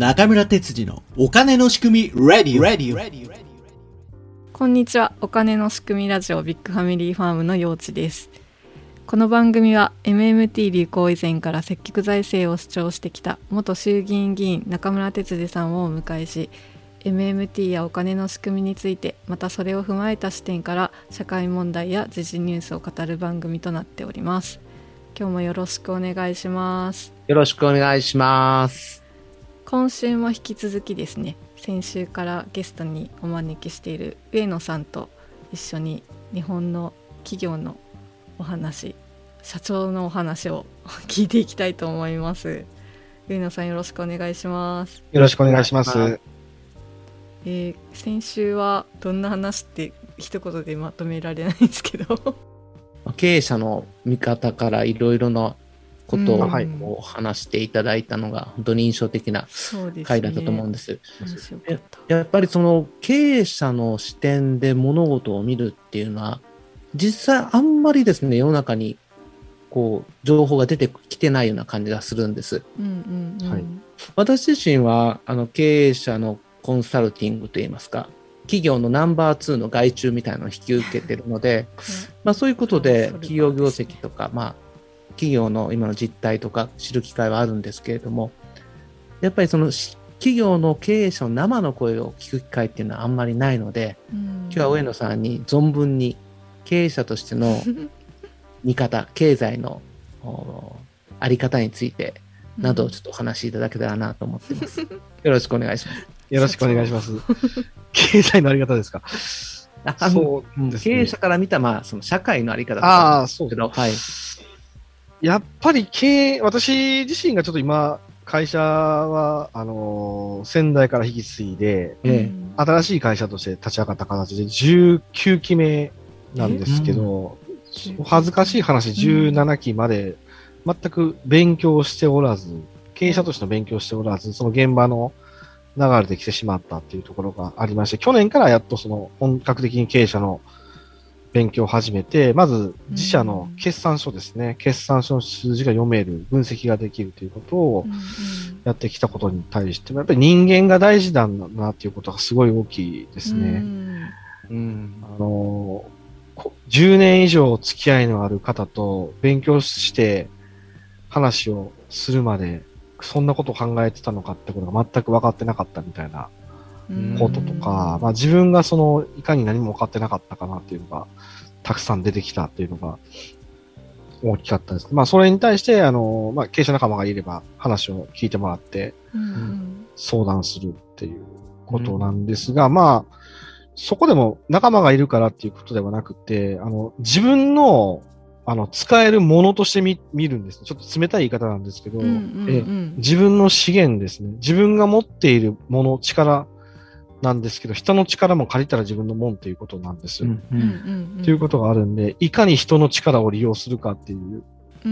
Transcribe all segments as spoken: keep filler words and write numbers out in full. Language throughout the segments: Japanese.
中村哲次のお金の仕組みレディレディ。 こんにちは。お金の仕組みラジオビッグファミリーファームの陽地です。この番組は エムエムティー 流行以前から積極財政を主張してきた元衆議院議員中村哲次さんをお迎えし、 エムエムティー やお金の仕組みについて、またそれを踏まえた視点から社会問題や時事ニュースを語る番組となっております。今日もよろしくお願いします。 よろしくお願いします。 今週も引き続きですね、先週からゲストにお招きしている上野さんと一緒に日本の企業のお話、社長のお話を聞いていきたいと思います。上野さん、よろしくお願いします。 よろしくお願いします。 えー、先週はどんな話って一言でまとめられないんですけど経営者の見方からいろいろなことを話していただいたのが本当に印象的な回だったと思うんです。 ですね、 やっぱりその経営者の視点で物事を見るっていうのは実際あんまりですね、世の中にこう情報が出てきてないような感じがするんです。 うんうんうん、はい、 私自身はあの経営者のコンサルティングといいますか、企業のナンバーツーの外注みたいなのを引き受けているので、まあそういうことで企業業績とか、まあ企業の今の実態とか知る機会はあるんですけれども、やっぱりその企業の経営者の生の声を聞く機会っていうのはあんまりないので、今日は上野さんに存分に経営者としての見方、経済のあり方についてなどをちょっとお話しいただけたらなと思っています。よろしくお願いします。 よろしくお願いします。経済のあり方ですか。 あそうですね、経営者から見た、まあ、その社会のあり方とかですけど、 はい、 やっぱり経営、私自身がちょっと今、会社は、あのー、仙台から引き継いで、ええ、新しい会社として立ち上がった形でじゅうきゅうきめなんですけど、うん、恥ずかしい話じゅうななきまで全く勉強しておらず、経営者としての勉強しておらず、その現場の流れてきてしまったっていうところがありまして、去年からやっとその本格的に経営者の勉強を始めて、まず自社の決算書ですね、うん、決算書の数字が読める、分析ができるということをやってきたことに対しても、やっぱり人間が大事なんだなっていうことがすごい大きいですね。うんうん、あのじゅうねん以上付き合いのある方と勉強して話をするまで、そんなことを考えてたのかってことが全く分かってなかったみたいなこととか、まあ自分がそのいかに何も分かってなかったかなっていうのがたくさん出てきたっていうのが大きかったです。まあそれに対してあの、まあ、経営者仲間がいれば話を聞いてもらって相談するっていうことなんですが、まあそこでも仲間がいるからっていうことではなくて、あの自分のあの、使えるものとして見、見るんです。ちょっと冷たい言い方なんですけど、うんうんうん、え自分の資源ですね。自分が持っているもの、力なんですけど、人の力も借りたら自分のもんっていうことなんです。うんうんうん、ということがあるんで、いかに人の力を利用するかっていう、うん、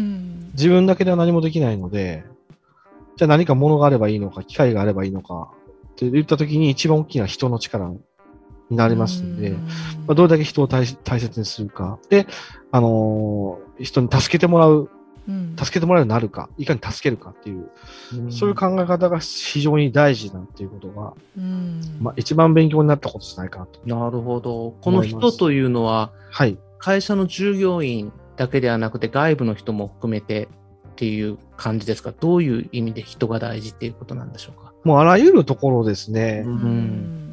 自分だけでは何もできないので、じゃあ何か物があればいいのか、機械があればいいのか、って言ったときに一番大きな人の力になりますので、まあ、どれだけ人を大切にするか。で、あのー、人に助けてもらう、うん、助けてもらうようになるか、いかに助けるかっていう、うん、そういう考え方が非常に大事だっていうことが、うん、まあ、一番勉強になったことじゃないかなと。 なるほど。この人というのは、はい、会社の従業員だけではなくて外部の人も含めてっていう感じですか？どういう意味で人が大事っていうことなんでしょうか？ もうあらゆるところですね。うん、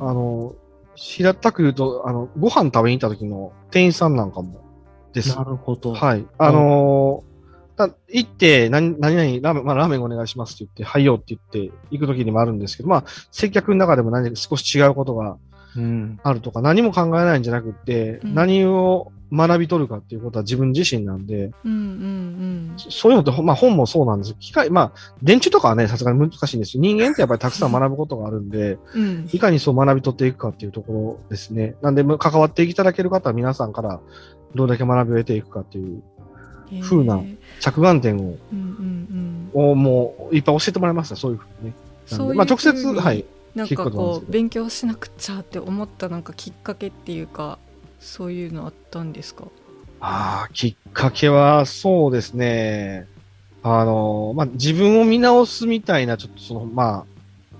あの、平たく言うと、あの、ご飯食べに行った時の店員さんなんかもです。 なるほど。 はい。あのー、だ行って、何、何々、ラーメン、まあ、ラーメンお願いしますって言って、はいよって言って行く時にもあるんですけど、まあ、接客の中でも何少し違うことがあるとか、うん、何も考えないんじゃなくて、うん、何を学び取るかっていうことは自分自身なんで、うんうんうん、そういうのって、まあ本もそうなんです。機械、まあ、電池とかはね、さすがに難しいんですよ。人間ってやっぱりたくさん学ぶことがあるんで、うん、いかにそう学び取っていくかっていうところですね。なんで、関わっていただける方は皆さんからどれだけ学びを得ていくかっていう風な着眼点を、うんうんうん、をもういっぱい教えてもらいますね、そういうふうにね。 そういうまあ直接、はい。 なんかこう、勉強しなくちゃって思ったなんかきっかけっていうか、そういうのあったんですか？ ああ、きっかけは、そうですね。あの、まあ、自分を見直すみたいな、ちょっとその、まあ、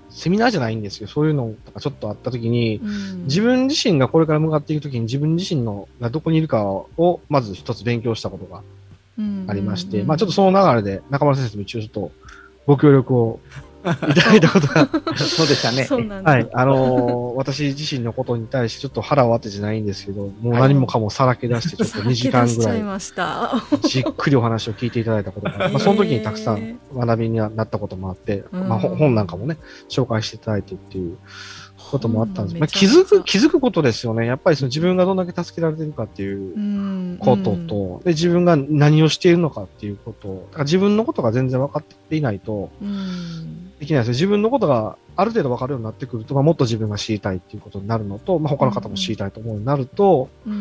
セミナーじゃないんですけど、そういうのとかちょっとあったときに、 うん、 自分自身がこれから向かっていくときに自分自身のがどこにいるかをまず一つ勉強したことがありまして、うんうんうん、まあちょっとその流れで中村先生も一応ちょっとご協力をいただいたことがそうでしたね。 はい。あのー、私自身のことに対してちょっと腹を割ってじゃないんですけど、もう何もかもさらけ出してちょっとにじかんぐらいじっくりお話を聞いていただいたことが、まあその時にたくさん学びになったこともあって、まあ本なんかもね、紹介していただいてっていうこともあったんです。まあ、気づく、気づくことですよね。やっぱりその自分がどんだけ助けられてるかっていうことと、で自分が何をしているのかっていうこと、だから自分のことが全然分かっていないと、できないですよ。自分のことがある程度分かるようになってくると、まあ、もっと自分が知りたいっていうことになるのと、まあ、他の方も知りたいと思うようになると、うん、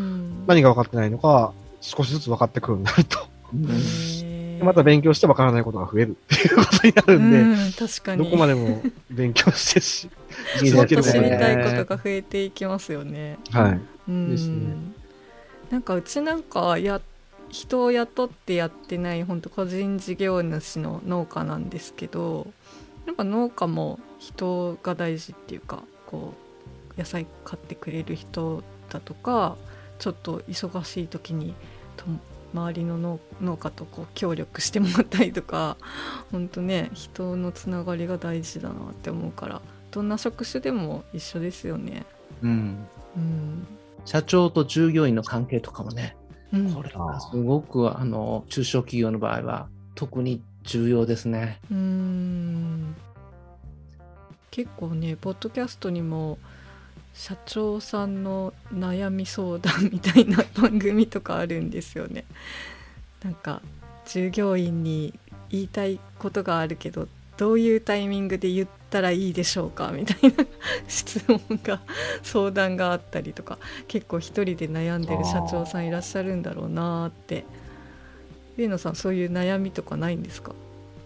何が分かってないのか少しずつ分かってくるようになると。でまた勉強して分からないことが増えるっていうことになるんで、うん、確かにどこまでも勉強してし、 もっと知りたいことが増えていきますよね。 はい。 うん、ですね。なんかうちなんかや人を雇ってやってない本当個人事業主の農家なんですけど、やっぱ農家も人が大事っていうか、こう野菜買ってくれる人だとか、ちょっと忙しい時にと周りの 農, 農家とこう協力してもらったりとか、本当ね人のつながりが大事だなって思うから、どんな職種でも一緒ですよね。 うんうん、社長と従業員の関係とかもね、うん、これはすごくあの中小企業の場合は特に重要ですね。 うーん、結構ねポッドキャストにも社長さんの悩み相談みたいな番組とかあるんですよね。なんか従業員に言いたいことがあるけどどういうタイミングで言ったらいいでしょうかみたいな質問が相談があったりとか、結構一人で悩んでる社長さんいらっしゃるんだろうなって。上野さんそういう悩みとかないんですか？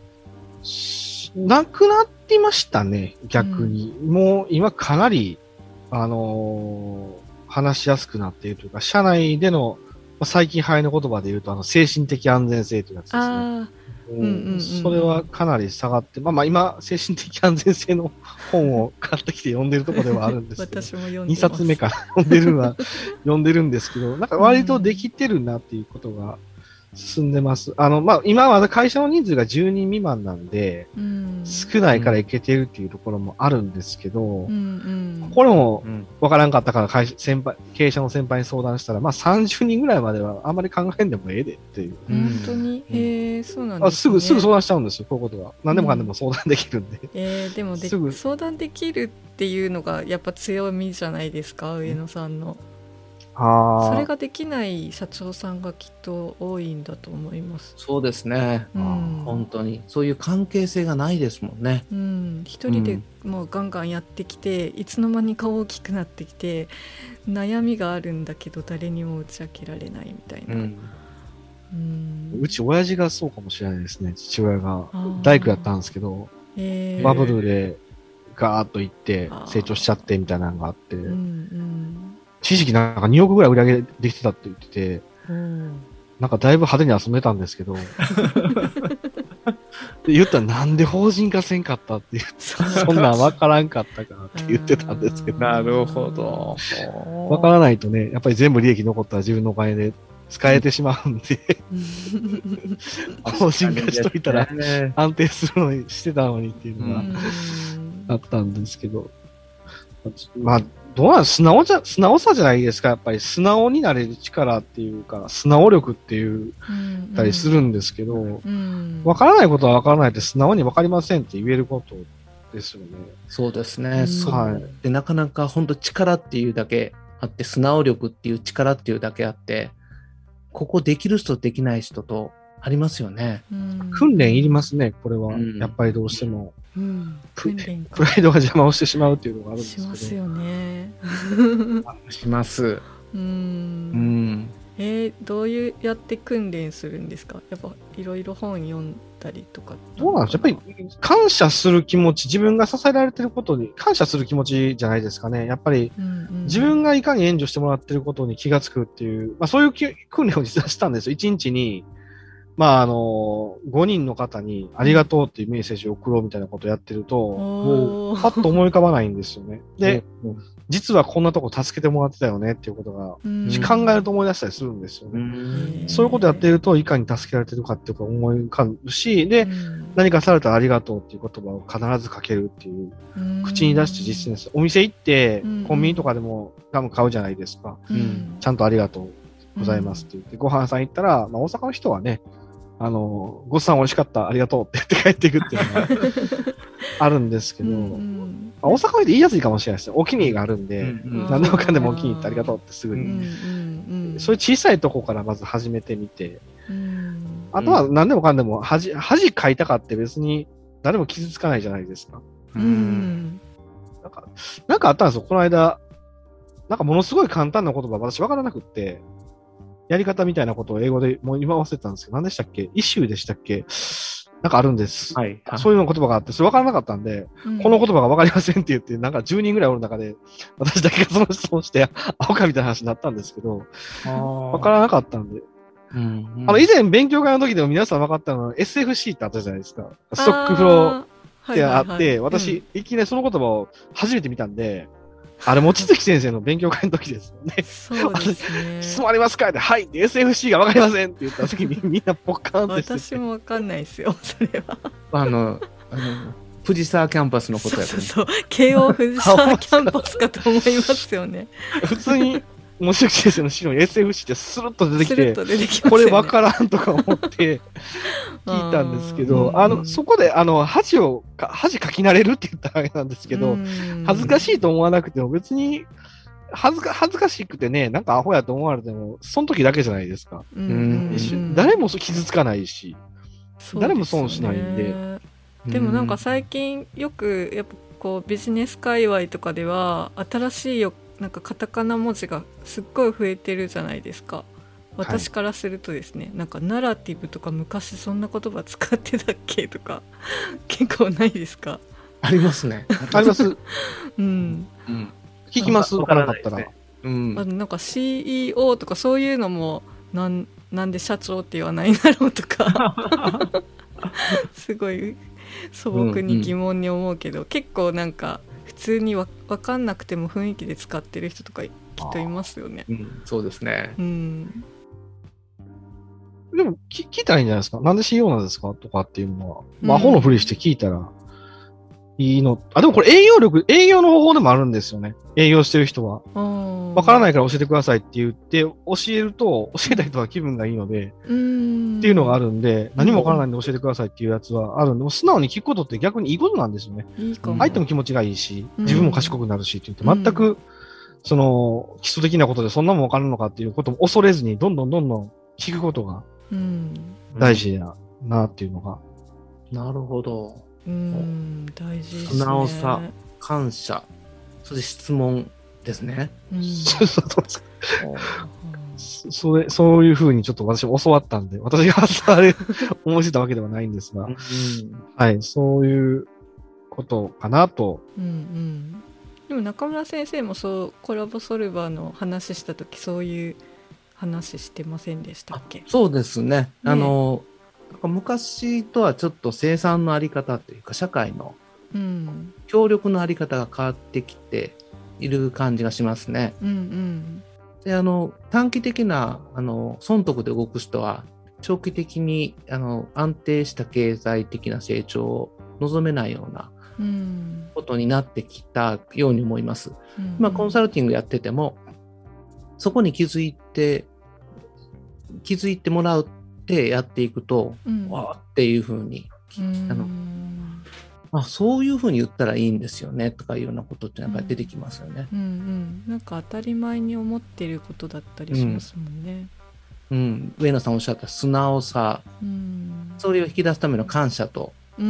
なくなっていましたね、逆に。うん、もう今かなり、あのー、話しやすくなっているというか、社内での、まあ、最近流行りの言葉で言うと、あの精神的安全性というやつですね。あうんうんうん、それはかなり下がって、まあまあ今、精神的安全性の本を買ってきて読んでるところではあるんですけど、 私も読んでます。 にさつめから読んでるのは読んでるんですけど、なんか割とできてるなっていうことが、進んでます。あの、まあ、今は会社の人数がじゅうにん未満なんで、うん、少ないからいけてるっていうところもあるんですけど、うんうん、これもわからんかったから会社先輩、経営者の先輩に相談したら、まあ、さんじゅうにんぐらいまではあんまり考えんでもええでっていう。 本当に、うん、へえ、そうなんですね。あ、 すぐ、すぐ相談しちゃうんですよ、こういうことは。何でもかんでも相談できるんで。うん、 えー、でもですぐ相談できるっていうのがやっぱ強みじゃないですか、上野さんの。あそれができない社長さんがきっと多いんだと思います。 そうですね、うん、本当にそういう関係性がないですもんね。 うん、一人でもうガンガンやってきて、うん、いつの間にか大きくなってきて悩みがあるんだけど誰にも打ち明けられないみたいな、うんうん、うち親父がそうかもしれないですね。父親が大工やったんですけど、えー、バブルでガーッといって成長しちゃってみたいなのがあって、うんうん一時期なんかにおくぐらい売り上げできてたって言ってて、うん、なんかだいぶ派手に遊んでたんですけど、で言ったらなんで法人化せんかったって言って、そんなん分からんかったかなって言ってたんですけど。 なるほど。 分からないとね、やっぱり全部利益残ったら自分のお金で使えてしまうんで、法人化しといたら安定するのにしてたのにっていうのがあったんですけど、まあ、どうなん素直じゃ、素直さじゃないですか。やっぱり素直になれる力っていうか、素直力っていうたりするんですけど、わ、うんうん、からないことはわからないって素直にわかりませんって言えることですよね。 そうですね。うん、はい。で、なかなか本当力っていうだけあって、素直力っていう力っていうだけあって、ここできる人できない人とありますよね。 うん、 訓練いりますね、これは。うん、やっぱりどうしても。うん、プ, プライドが邪魔をしてしまうっていうのがあるんですけど。しますよね。 します。 うん。うん。えー、どういうやって訓練するんですか？やっぱいろいろ本読んだりとか。 そうなんです。やっぱり感謝する気持ち、自分が支えられてることに感謝する気持ちじゃないですかね。やっぱり、うんうん、自分がいかに援助してもらってることに気がつくっていう、まあそういう訓練を実はしたんですよ。一日にまあ、あの、ごにんの方にありがとうっていうメッセージを送ろうみたいなことをやってると、もう、パッと思い浮かばないんですよね。で、実はこんなとこ助けてもらってたよねっていうことが、考えると思い出したりするんですよね。そういうことやってると、いかに助けられてるかっていうか思い浮かぶし、で、何かされたらありがとうっていう言葉を必ずかけるっていう、口に出して実践です。お店行って、コンビニとかでもガム買うじゃないですか。ちゃんとありがとうございますって言って、ご飯屋さん行ったら、まあ、大阪の人はね、あの、ごちそうさん美味しかった、ありがとうって言って帰っていくっていうのがあるんですけど、うんうん、大阪で言いやすいかもしれないですね。お気に入りがあるんで、うんうん、何でもかんでもお気に入りってありがとうってすぐに。うんうんうん、そういう小さいとこからまず始めてみて、うん、あとは何でもかんでも恥、恥かいたかって別に誰も傷つかないじゃないですか。うん、なんか、なんかあったんですよ。この間、なんかものすごい簡単な言葉、私分からなくって、やり方みたいなことを英語でもう今忘れたんですけど、何でしたっけ？イシューでしたっけ？なんかあるんです。はい。そういうの言葉があって、それ分からなかったんで、うん、この言葉が分かりませんって言って、なんかじゅうにんぐらいおる中で、私だけがその質問して、アホかみたいな話になったんですけど、分からなかったんで。うんうん、あの、以前勉強会の時でも皆さん分かったのは エスエフシー ってあったじゃないですか。ストックフローってあって、はいはいはい、私、うん、いきなりその言葉を初めて見たんで、あれ、望月先生の勉強会の時ですよね。 そうですね。 質問ありますかって、はい。エスエフシー がわかりませんって言った時にみんなポカーンってして。 私もわかんないですよ、それは。 あの、あの、藤沢キャンパスのことやと思う。 そうそうそう。慶応藤沢キャンパスかと思いますよね。 普通に、望月先生の資料に エスエフシー ってスルッと出てきて、 出てきね、 これわからんとか思って聞いたんですけど、あの、そこで、あの、恥を、恥かき慣れるって言ったわけなんですけど、恥ずかしいと思わなくても別に、恥ずか、恥ずかしくてね、なんかアホやと思われても、その時だけじゃないですか。うんうん、誰も傷つかないし、ね、誰も損しないんで。 でもなんか最近よく、やっぱこうビジネス界隈とかでは、新しいよ、なんかカタカナ文字がすっごい増えてるじゃないですか。私からするとですね、はい、なんかナラティブとか昔そんな言葉使ってたっけとか結構ないですか？ ありますね。 あります。 うん。 うん、聞きます。わからなかったら。 うん。あのなんか シーイーオー とかそういうのもなんなんで社長って言わないんだろうとかすごい素朴に疑問に思うけど、うんうん、結構なんか普通にわ分かんなくても雰囲気で使ってる人とかきっといますよね。 うん、そうですね。うん。 でも聞いたらいいんじゃないですか。なんで シーイーオー なんですかとかっていうのは、まあ、アホのふりして聞いたらいいの。あ、でもこれ営業力、営業の方法でもあるんですよね。営業してる人は。わからないから教えてくださいって言って、教えると、教えた人は気分がいいので、うーんっていうのがあるんで、何もわからないんで教えてくださいっていうやつはあるんで、素直に聞くことって逆にいいことなんですよね。いいかも。相手も気持ちがいいし、自分も賢くなるしって言って、全く、その、基礎的なことでそんなもんわかるのかっていうことも恐れずに、どんどんどんどん聞くことが大事だなっていうのが。 なるほど。 うん、大事ですね。 素直さ、感謝、そして質問ですね。うん、 それそういうふうにちょっと私も教わったんで、私があれ思いついたわけではないんですが、うん、はい、そういうことかなと。うんうん、 でも中村先生もそうコラボソルバーの話したときそういう話してませんでしたっけ？ そうですね。ね、あの昔とはちょっと生産のあり方というか社会の協力のあり方が変わってきている感じがしますね。うんうん、であの短期的なあの損得で動く人は長期的にあの安定した経済的な成長を望めないようなことになってきたように思います。うんうん、まあ、コンサルティングやっててもそこに気づいて気づいてもらうってやっていくと、うん、わーっていうふうにあのあそういうふうに言ったらいいんですよねとかいうようなことってなんか出てきますよね。 うんうんうん、なんか当たり前に思ってることだったりしますもんね。 うん、うん、上野さんおっしゃった素直さ、うん、それを引き出すための感謝と、うん、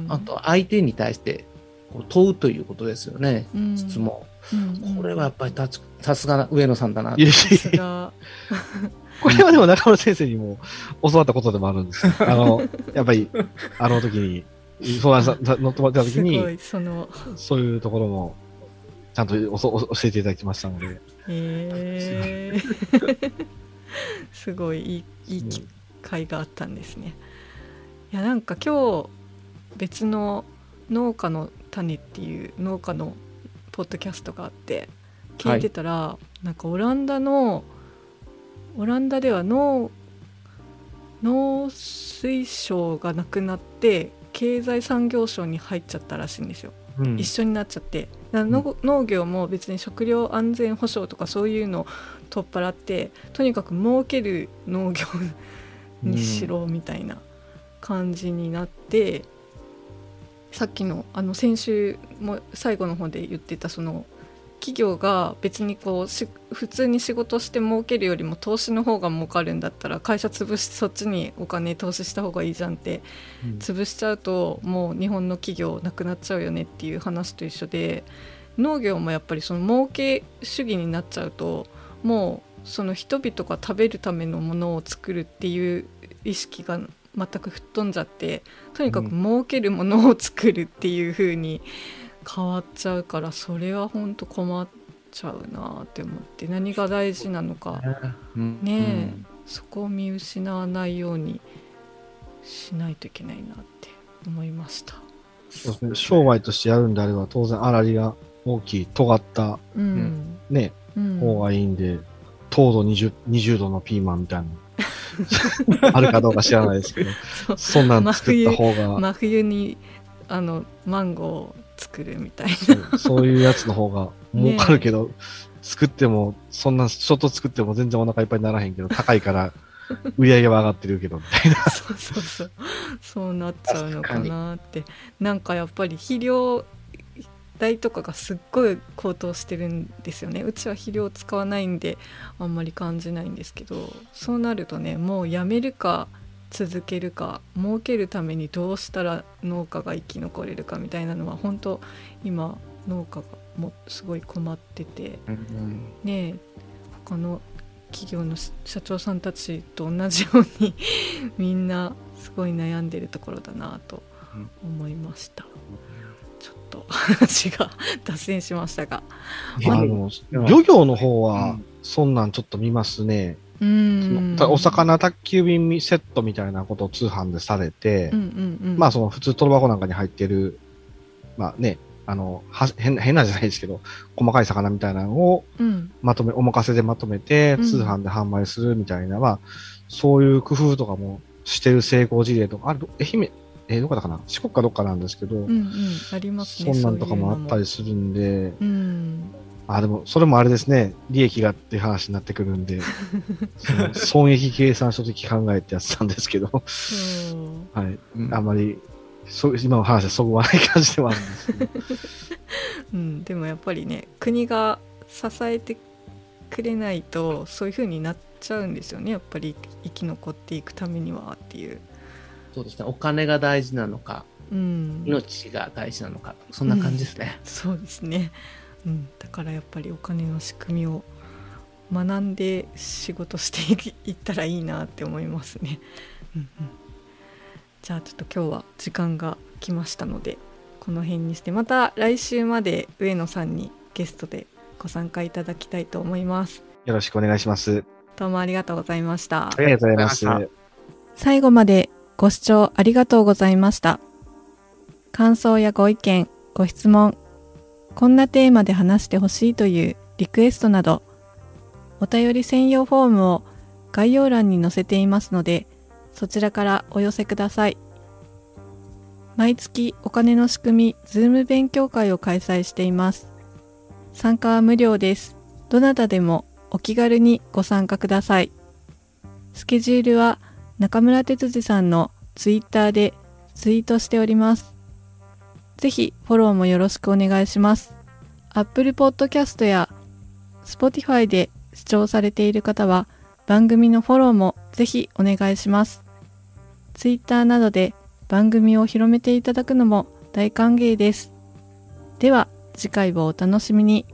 あと相手に対してこう問うということですよね、うん、質問、うんうん、これはやっぱりさすが上野さんだな。 いやいやこれはでも中村先生にも教わったことでもあるんですよ。あのやっぱりあの時に相談さ乗ってもらった時にすごいそのそういうところもちゃんとおそ教えていただきましたので。 へーすごいいいいい回があったんですね。いやなんか今日別の農家の種っていう農家のポッドキャストがあって聞いてたら、はい、なんかオランダのオランダでは農農水省がなくなって経済産業省に入っちゃったらしいんですよ、うん、一緒になっちゃって、だからの、うん、農業も別に食料安全保障とかそういうのを取っ払ってとにかく儲ける農業にしろみたいな感じになって、うん、さっきのあの先週も最後の方で言ってたその企業が別にこうし普通に仕事して儲けるよりも投資の方が儲かるんだったら会社潰しそっちにお金投資した方がいいじゃんって、うん、潰しちゃうともう日本の企業なくなっちゃうよねっていう話と一緒で、農業もやっぱりその儲け主義になっちゃうともうその人々が食べるためのものを作るっていう意識が全く吹っ飛んじゃって、とにかく儲けるものを作るっていう風に変わっちゃうから、それは本当困っちゃうなって思って、何が大事なのかねえ、うん、そこを見失わないようにしないといけないなって思いました。 そうですね、商売としてやるんであれば当然粗利が大きい尖った、うん、ね、うん、方がいいんで、糖度 20, 20度のピーマンみたいなあるかどうか知らないですけどそ, そんなん作った方が真冬にあのマンゴーを作るみたいなそ, そういうやつの方が儲かるけど、ね、作ってもそんなちょっと作っても全然お腹いっぱいにならへんけど高いから売り上げは上がってるけどみたいなそうそうそうそうなっちゃうのかなって。なんかやっぱり肥料代とかがすっごい高騰してるんですよね。うちは肥料使わないんであんまり感じないんですけど、そうなるとね、もうやめるか続けるか、儲けるためにどうしたら農家が生き残れるかみたいなのは本当今農家がもすごい困ってて、うんうん、ねえ他の企業の社長さんたちと同じようにみんなすごい悩んでるところだなと思いました、うん、ちょっと話が脱線しましたが、 あの漁業の方はそんなんちょっと見ますね。うん、お魚宅急便セットみたいなことを通販でされて、うんうんうん、まあその普通トロ箱なんかに入ってるまあね、あのは 変, 変なんじゃないですけど細かい魚みたいなのをまとめ、うん、お任せでまとめて通販で販売するみたいな、うん、まあそういう工夫とかもしてる成功事例とかある。愛媛えー、どこだかな、四国かどっかなんですけど、うんうん、 ありますね。 そんなんとかもあったりするんで、うん、あでもそれもあれですね、利益がっていう話になってくるんでその損益計算書的考えってやつなんですけどはい、うん、あんまりそ今の話はそぐわない感じではあるんですけど、 うん、でもやっぱりね、国が支えてくれないとそういう風になっちゃうんですよね。やっぱり生き残っていくためにはっていう。 そうですね、お金が大事なのか、うん、命が大事なのか、そんな感じですね、 うん、そうですね、うん、だからやっぱりお金の仕組みを学んで仕事していったらいいなって思いますね、うんうん、じゃあちょっと今日は時間が来ましたのでこの辺にして、また来週まで上野さんにゲストでご参加いただきたいと思います。 よろしくお願いします。 どうもありがとうございました。 ありがとうございます。 最後までご視聴ありがとうございました。感想やご意見、ご質問、こんなテーマで話してほしいというリクエストなど、お便り専用フォームを概要欄に載せていますので、そちらからお寄せください。毎月お金の仕組み Zoom 勉強会を開催しています。参加は無料です。どなたでもお気軽にご参加ください。スケジュールは中村哲司さんのツイッターでツイートしております。ぜひフォローもよろしくお願いします。Apple Podcast や Spotify で視聴されている方は番組のフォローもぜひお願いします。ツイッターなどで番組を広めていただくのも大歓迎です。では次回をお楽しみに。